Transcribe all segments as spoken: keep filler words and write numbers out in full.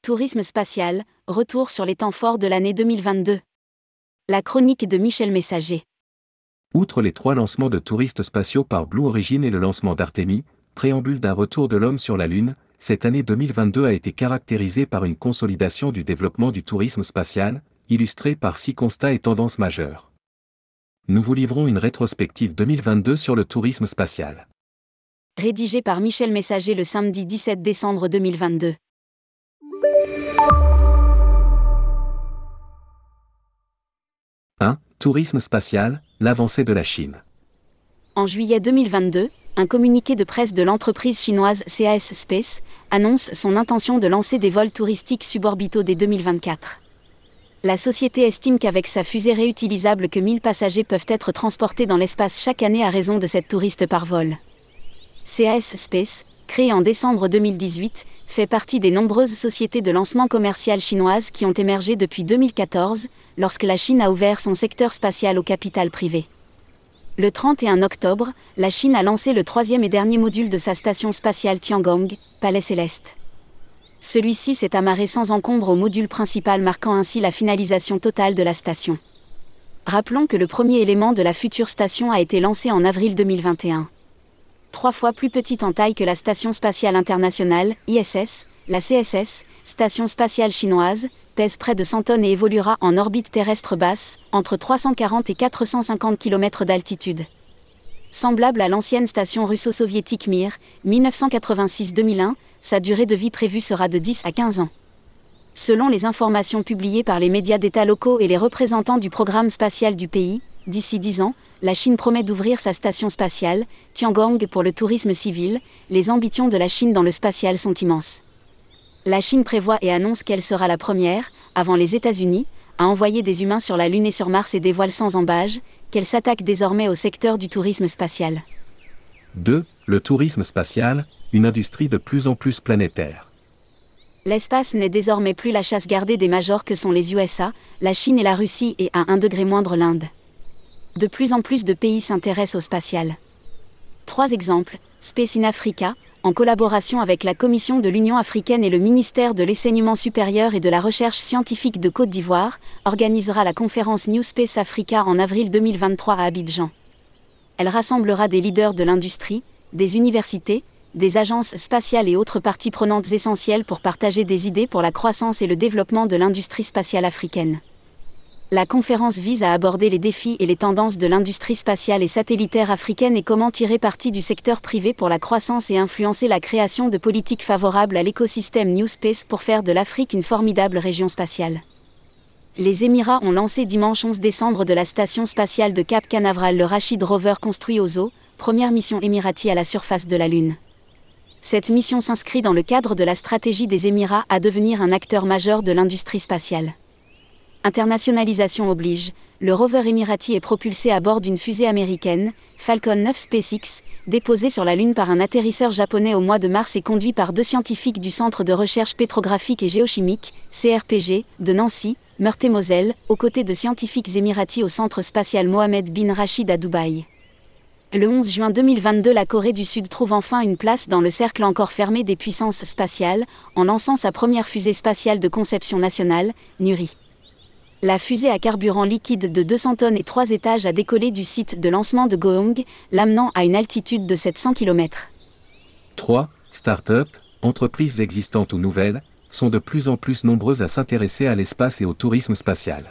Tourisme spatial, retour sur les temps forts de l'année deux mille vingt-deux. La chronique de Michel Messager. Outre les trois lancements de touristes spatiaux par Blue Origin et le lancement d'Artemis, préambule d'un retour de l'homme sur la Lune, cette année deux mille vingt-deux a été caractérisée par une consolidation du développement du tourisme spatial, illustrée par six constats et tendances majeures. Nous vous livrons une rétrospective deux mille vingt-deux sur le tourisme spatial. Rédigé par Michel Messager le samedi dix-sept décembre deux mille vingt-deux. un. Tourisme spatial, l'avancée de la Chine. En juillet deux mille vingt-deux, un communiqué de presse de l'entreprise chinoise C A S Space annonce son intention de lancer des vols touristiques suborbitaux dès deux mille vingt-quatre. La société estime qu'avec sa fusée réutilisable que mille passagers peuvent être transportés dans l'espace chaque année à raison de sept touristes par vol. C A S Space, créée en décembre deux mille dix-huit, fait partie des nombreuses sociétés de lancement commercial chinoises qui ont émergé depuis deux mille quatorze, lorsque la Chine a ouvert son secteur spatial au capital privé. Le trente et un octobre, la Chine a lancé le troisième et dernier module de sa station spatiale Tiangong, Palais Céleste. Celui-ci s'est amarré sans encombre au module principal, marquant ainsi la finalisation totale de la station. Rappelons que le premier élément de la future station a été lancé en avril deux mille vingt et un. Trois fois plus petite en taille que la Station spatiale internationale, I S S, la C S S, station spatiale chinoise, pèse près de cent tonnes et évoluera en orbite terrestre basse, entre trois cent quarante et quatre cent cinquante kilomètres d'altitude. Semblable à l'ancienne station russo-soviétique Mir, mille neuf cent quatre-vingt-six à deux mille un, sa durée de vie prévue sera de dix à quinze ans. Selon les informations publiées par les médias d'État locaux et les représentants du programme spatial du pays, d'ici dix ans, la Chine promet d'ouvrir sa station spatiale, Tiangong, pour le tourisme civil. Les ambitions de la Chine dans le spatial sont immenses. La Chine prévoit et annonce qu'elle sera la première, avant les États-Unis, à envoyer des humains sur la Lune et sur Mars et dévoile sans embâche qu'elle s'attaque désormais au secteur du tourisme spatial. deux. Le tourisme spatial, une industrie de plus en plus planétaire. L'espace n'est désormais plus la chasse gardée des majors que sont les U S A, la Chine et la Russie, et à un degré moindre l'Inde. De plus en plus de pays s'intéressent au spatial. Trois exemples. Space in Africa, en collaboration avec la Commission de l'Union africaine et le ministère de l'Enseignement supérieur et de la Recherche scientifique de Côte d'Ivoire, organisera la conférence New Space Africa en avril deux mille vingt-trois à Abidjan. Elle rassemblera des leaders de l'industrie, des universités, des agences spatiales et autres parties prenantes essentielles pour partager des idées pour la croissance et le développement de l'industrie spatiale africaine. La conférence vise à aborder les défis et les tendances de l'industrie spatiale et satellitaire africaine et comment tirer parti du secteur privé pour la croissance et influencer la création de politiques favorables à l'écosystème New Space pour faire de l'Afrique une formidable région spatiale. Les Émirats ont lancé dimanche onze décembre de la station spatiale de Cap Canaveral le Rashid Rover construit au zoo, première mission émirati à la surface de la Lune. Cette mission s'inscrit dans le cadre de la stratégie des Émirats à devenir un acteur majeur de l'industrie spatiale. Internationalisation oblige, le rover émirati est propulsé à bord d'une fusée américaine, Falcon neuf SpaceX, déposée sur la Lune par un atterrisseur japonais au mois de mars et conduit par deux scientifiques du Centre de recherche pétrographique et géochimique, C R P G, de Nancy, Meurthe-et-Moselle, aux côtés de scientifiques émiratis au Centre spatial Mohammed bin Rachid à Dubaï. Le onze juin deux mille vingt-deux, la Corée du Sud trouve enfin une place dans le cercle encore fermé des puissances spatiales, en lançant sa première fusée spatiale de conception nationale, Nuri. La fusée à carburant liquide de deux cents tonnes et trois étages a décollé du site de lancement de Goong, l'amenant à une altitude de sept cents kilomètres. trois. Start-up, entreprises existantes ou nouvelles, sont de plus en plus nombreuses à s'intéresser à l'espace et au tourisme spatial.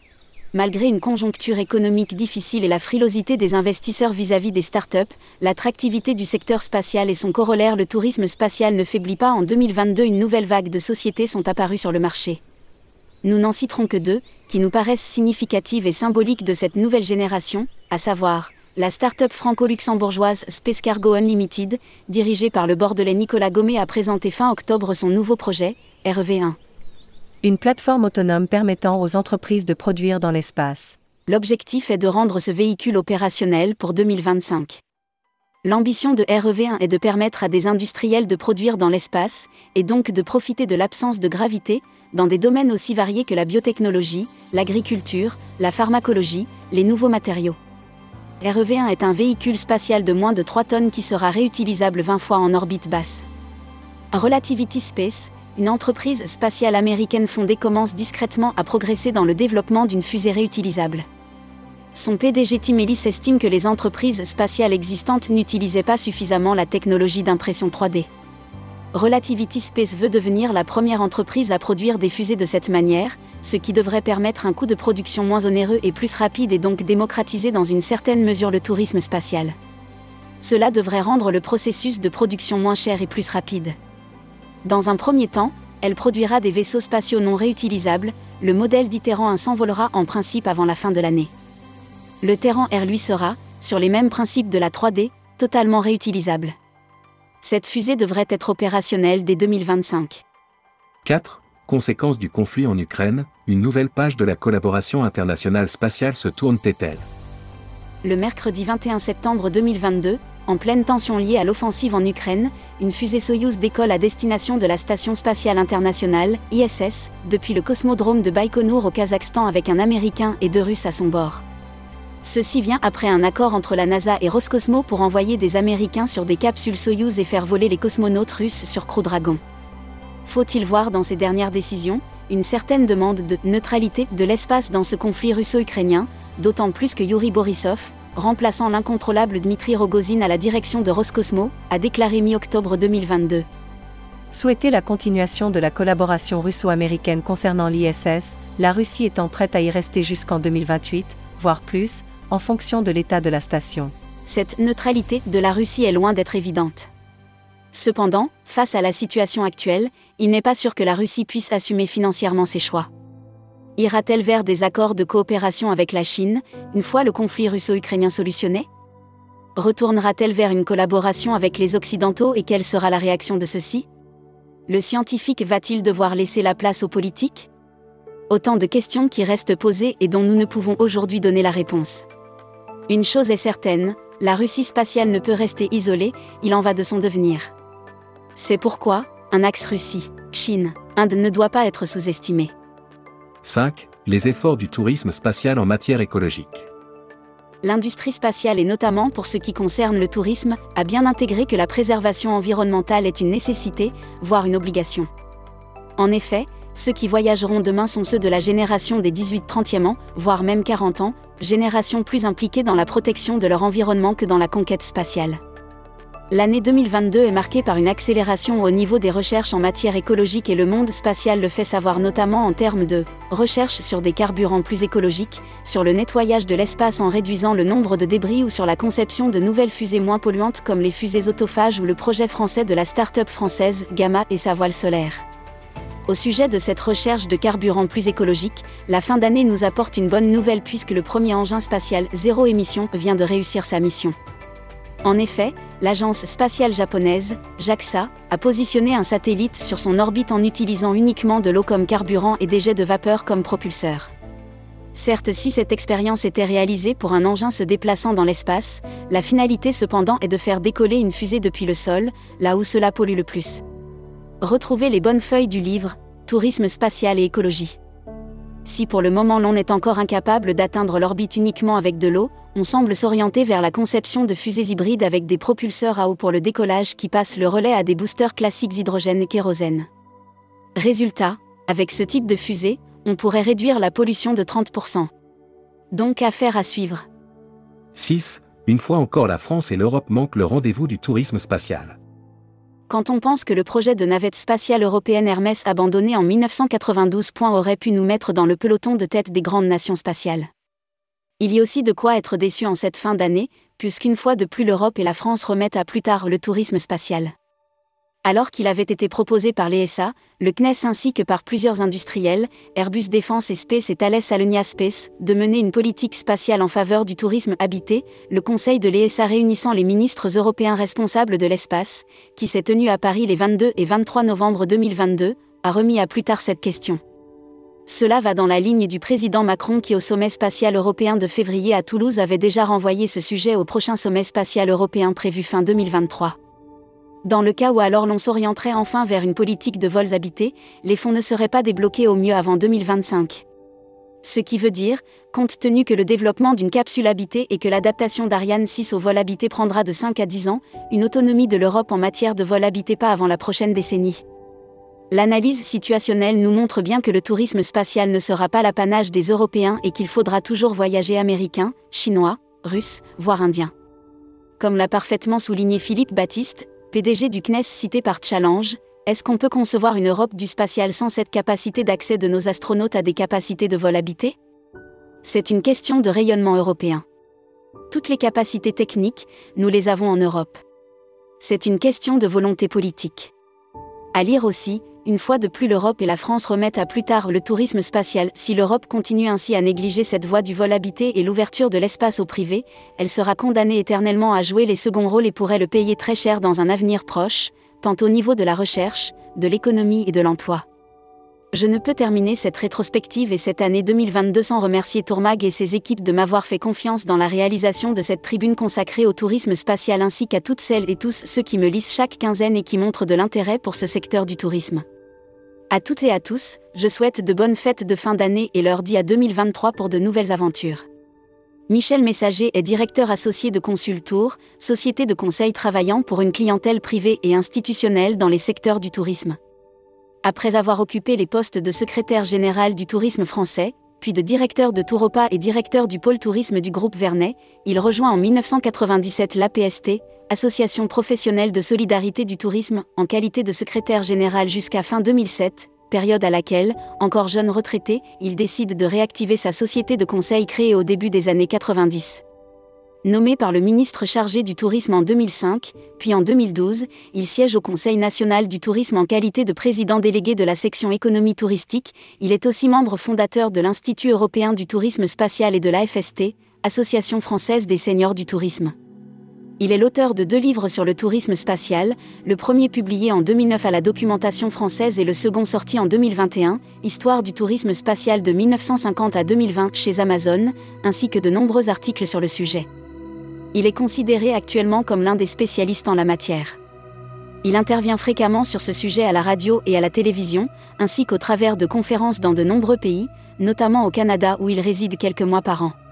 Malgré une conjoncture économique difficile et la frilosité des investisseurs vis-à-vis des start-up, l'attractivité du secteur spatial et son corollaire le tourisme spatial ne faiblit pas. En deux mille vingt-deux, une nouvelle vague de sociétés sont apparues sur le marché. Nous n'en citerons que deux, qui nous paraissent significatives et symboliques de cette nouvelle génération, à savoir, la start-up franco-luxembourgeoise Space Cargo Unlimited, dirigée par le bordelais Nicolas Gommet, a présenté fin octobre son nouveau projet, R E V un. Une plateforme autonome permettant aux entreprises de produire dans l'espace. L'objectif est de rendre ce véhicule opérationnel pour deux mille vingt-cinq. L'ambition de R E V un est de permettre à des industriels de produire dans l'espace, et donc de profiter de l'absence de gravité, dans des domaines aussi variés que la biotechnologie, l'agriculture, la pharmacologie, les nouveaux matériaux. R E V un est un véhicule spatial de moins de trois tonnes qui sera réutilisable vingt fois en orbite basse. Relativity Space, une entreprise spatiale américaine fondée commence discrètement à progresser dans le développement d'une fusée réutilisable. Son P D G Tim Ellis estime que les entreprises spatiales existantes n'utilisaient pas suffisamment la technologie d'impression trois D. Relativity Space veut devenir la première entreprise à produire des fusées de cette manière, ce qui devrait permettre un coût de production moins onéreux et plus rapide et donc démocratiser dans une certaine mesure le tourisme spatial. Cela devrait rendre le processus de production moins cher et plus rapide. Dans un premier temps, elle produira des vaisseaux spatiaux non réutilisables, le modèle d'Iterran un s'envolera en principe avant la fin de l'année. Le Terran R lui sera, sur les mêmes principes de la trois D, totalement réutilisable. Cette fusée devrait être opérationnelle dès deux mille vingt-cinq. quatre. Conséquences du conflit en Ukraine, une nouvelle page de la collaboration internationale spatiale se tourne-t-elle ? Le mercredi vingt et un septembre deux mille vingt-deux, en pleine tension liée à l'offensive en Ukraine, une fusée Soyouz décolle à destination de la Station spatiale internationale, I S S, depuis le cosmodrome de Baïkonour au Kazakhstan avec un Américain et deux Russes à son bord. Ceci vient après un accord entre la NASA et Roscosmos pour envoyer des Américains sur des capsules Soyouz et faire voler les cosmonautes russes sur Crew Dragon. Faut-il voir dans ces dernières décisions une certaine demande de neutralité de l'espace dans ce conflit russo-ukrainien, d'autant plus que Yuri Borisov, remplaçant l'incontrôlable Dmitri Rogozin à la direction de Roscosmos, a déclaré mi-octobre deux mille vingt-deux. Souhaiter la continuation de la collaboration russo-américaine concernant l'I S S, la Russie étant prête à y rester jusqu'en deux mille vingt-huit, voire plus, en fonction de l'état de la station. Cette neutralité de la Russie est loin d'être évidente. Cependant, face à la situation actuelle, il n'est pas sûr que la Russie puisse assumer financièrement ses choix. Ira-t-elle vers des accords de coopération avec la Chine, une fois le conflit russo-ukrainien solutionné ? Retournera-t-elle vers une collaboration avec les Occidentaux et quelle sera la réaction de ceux-ci ? Le scientifique va-t-il devoir laisser la place aux politiques ? Autant de questions qui restent posées et dont nous ne pouvons aujourd'hui donner la réponse. Une chose est certaine, la Russie spatiale ne peut rester isolée, il en va de son devenir. C'est pourquoi, un axe Russie-Chine, Inde ne doit pas être sous-estimé. cinq. Les efforts du tourisme spatial en matière écologique. L'industrie spatiale et notamment pour ce qui concerne le tourisme, a bien intégré que la préservation environnementale est une nécessité, voire une obligation. En effet, ceux qui voyageront demain sont ceux de la génération des dix-huit trentième ans, voire même quarante ans, génération plus impliquée dans la protection de leur environnement que dans la conquête spatiale. L'année deux mille vingt-deux est marquée par une accélération au niveau des recherches en matière écologique et le monde spatial le fait savoir notamment en termes de recherche sur des carburants plus écologiques, sur le nettoyage de l'espace en réduisant le nombre de débris ou sur la conception de nouvelles fusées moins polluantes comme les fusées autophages ou le projet français de la start-up française Gamma et sa voile solaire. Au sujet de cette recherche de carburant plus écologique, la fin d'année nous apporte une bonne nouvelle puisque le premier engin spatial zéro émission vient de réussir sa mission. En effet, l'agence spatiale japonaise, JAXA, a positionné un satellite sur son orbite en utilisant uniquement de l'eau comme carburant et des jets de vapeur comme propulseur. Certes, si cette expérience était réalisée pour un engin se déplaçant dans l'espace, la finalité cependant est de faire décoller une fusée depuis le sol, là où cela pollue le plus. Retrouvez les bonnes feuilles du livre « Tourisme spatial et écologie ». Si pour le moment l'on est encore incapable d'atteindre l'orbite uniquement avec de l'eau, on semble s'orienter vers la conception de fusées hybrides avec des propulseurs à eau pour le décollage qui passent le relais à des boosters classiques hydrogène et kérosène. Résultat, avec ce type de fusée, on pourrait réduire la pollution de trente pour cent. Donc affaire à suivre. six. Une fois encore la France et l'Europe manquent le rendez-vous du tourisme spatial. Quand on pense que le projet de navette spatiale européenne Hermès abandonné en mille neuf cent quatre-vingt-douze aurait pu nous mettre dans le peloton de tête des grandes nations spatiales. Il y a aussi de quoi être déçu en cette fin d'année, puisqu'une fois de plus l'Europe et la France remettent à plus tard le tourisme spatial. Alors qu'il avait été proposé par l'E S A, le C N E S ainsi que par plusieurs industriels, Airbus Defence et Space et Thales Alenia Space, de mener une politique spatiale en faveur du tourisme habité, le Conseil de l'E S A réunissant les ministres européens responsables de l'espace, qui s'est tenu à Paris les vingt-deux et vingt-trois novembre deux mille vingt-deux, a remis à plus tard cette question. Cela va dans la ligne du président Macron qui au sommet spatial européen de février à Toulouse avait déjà renvoyé ce sujet au prochain sommet spatial européen prévu fin deux mille vingt-trois. Dans le cas où alors l'on s'orienterait enfin vers une politique de vols habités, les fonds ne seraient pas débloqués au mieux avant deux mille vingt-cinq. Ce qui veut dire, compte tenu que le développement d'une capsule habitée et que l'adaptation d'Ariane six au vol habité prendra de cinq à dix ans, une autonomie de l'Europe en matière de vol habité pas avant la prochaine décennie. L'analyse situationnelle nous montre bien que le tourisme spatial ne sera pas l'apanage des Européens et qu'il faudra toujours voyager américain, chinois, russe, voire indien. Comme l'a parfaitement souligné Philippe Baptiste, P D G du C N E S cité par Challenge, est-ce qu'on peut concevoir une Europe du spatial sans cette capacité d'accès de nos astronautes à des capacités de vol habité ? C'est une question de rayonnement européen. Toutes les capacités techniques, nous les avons en Europe. C'est une question de volonté politique. À lire aussi, une fois de plus l'Europe et la France remettent à plus tard le tourisme spatial. Si l'Europe continue ainsi à négliger cette voie du vol habité et l'ouverture de l'espace au privé, elle sera condamnée éternellement à jouer les seconds rôles et pourrait le payer très cher dans un avenir proche, tant au niveau de la recherche, de l'économie et de l'emploi. Je ne peux terminer cette rétrospective et cette année deux mille vingt-deux sans remercier Tourmag et ses équipes de m'avoir fait confiance dans la réalisation de cette tribune consacrée au tourisme spatial ainsi qu'à toutes celles et tous ceux qui me lisent chaque quinzaine et qui montrent de l'intérêt pour ce secteur du tourisme. À toutes et à tous, je souhaite de bonnes fêtes de fin d'année et leur dis à deux mille vingt-trois pour de nouvelles aventures. Michel Messager est directeur associé de Consultour, société de conseil travaillant pour une clientèle privée et institutionnelle dans les secteurs du tourisme. Après avoir occupé les postes de secrétaire général du tourisme français, puis de directeur de Touropa et directeur du pôle tourisme du groupe Vernet, il rejoint en mille neuf cent quatre-vingt-dix-sept l'A P S T, Association professionnelle de solidarité du tourisme, en qualité de secrétaire général jusqu'à fin deux mille sept, période à laquelle, encore jeune retraité, il décide de réactiver sa société de conseil créée au début des années quatre-vingt-dix. Nommé par le ministre chargé du tourisme en deux mille cinq, puis en deux mille douze, il siège au Conseil national du tourisme en qualité de président délégué de la section économie touristique. Il est aussi membre fondateur de l'Institut européen du tourisme spatial et de l'A F S T, Association française des seniors du tourisme. Il est l'auteur de deux livres sur le tourisme spatial, le premier publié en deux mille neuf à la Documentation française et le second sorti en deux mille vingt et un, Histoire du tourisme spatial de mille neuf cent cinquante à deux mille vingt chez Amazon, ainsi que de nombreux articles sur le sujet. Il est considéré actuellement comme l'un des spécialistes en la matière. Il intervient fréquemment sur ce sujet à la radio et à la télévision, ainsi qu'au travers de conférences dans de nombreux pays, notamment au Canada où il réside quelques mois par an.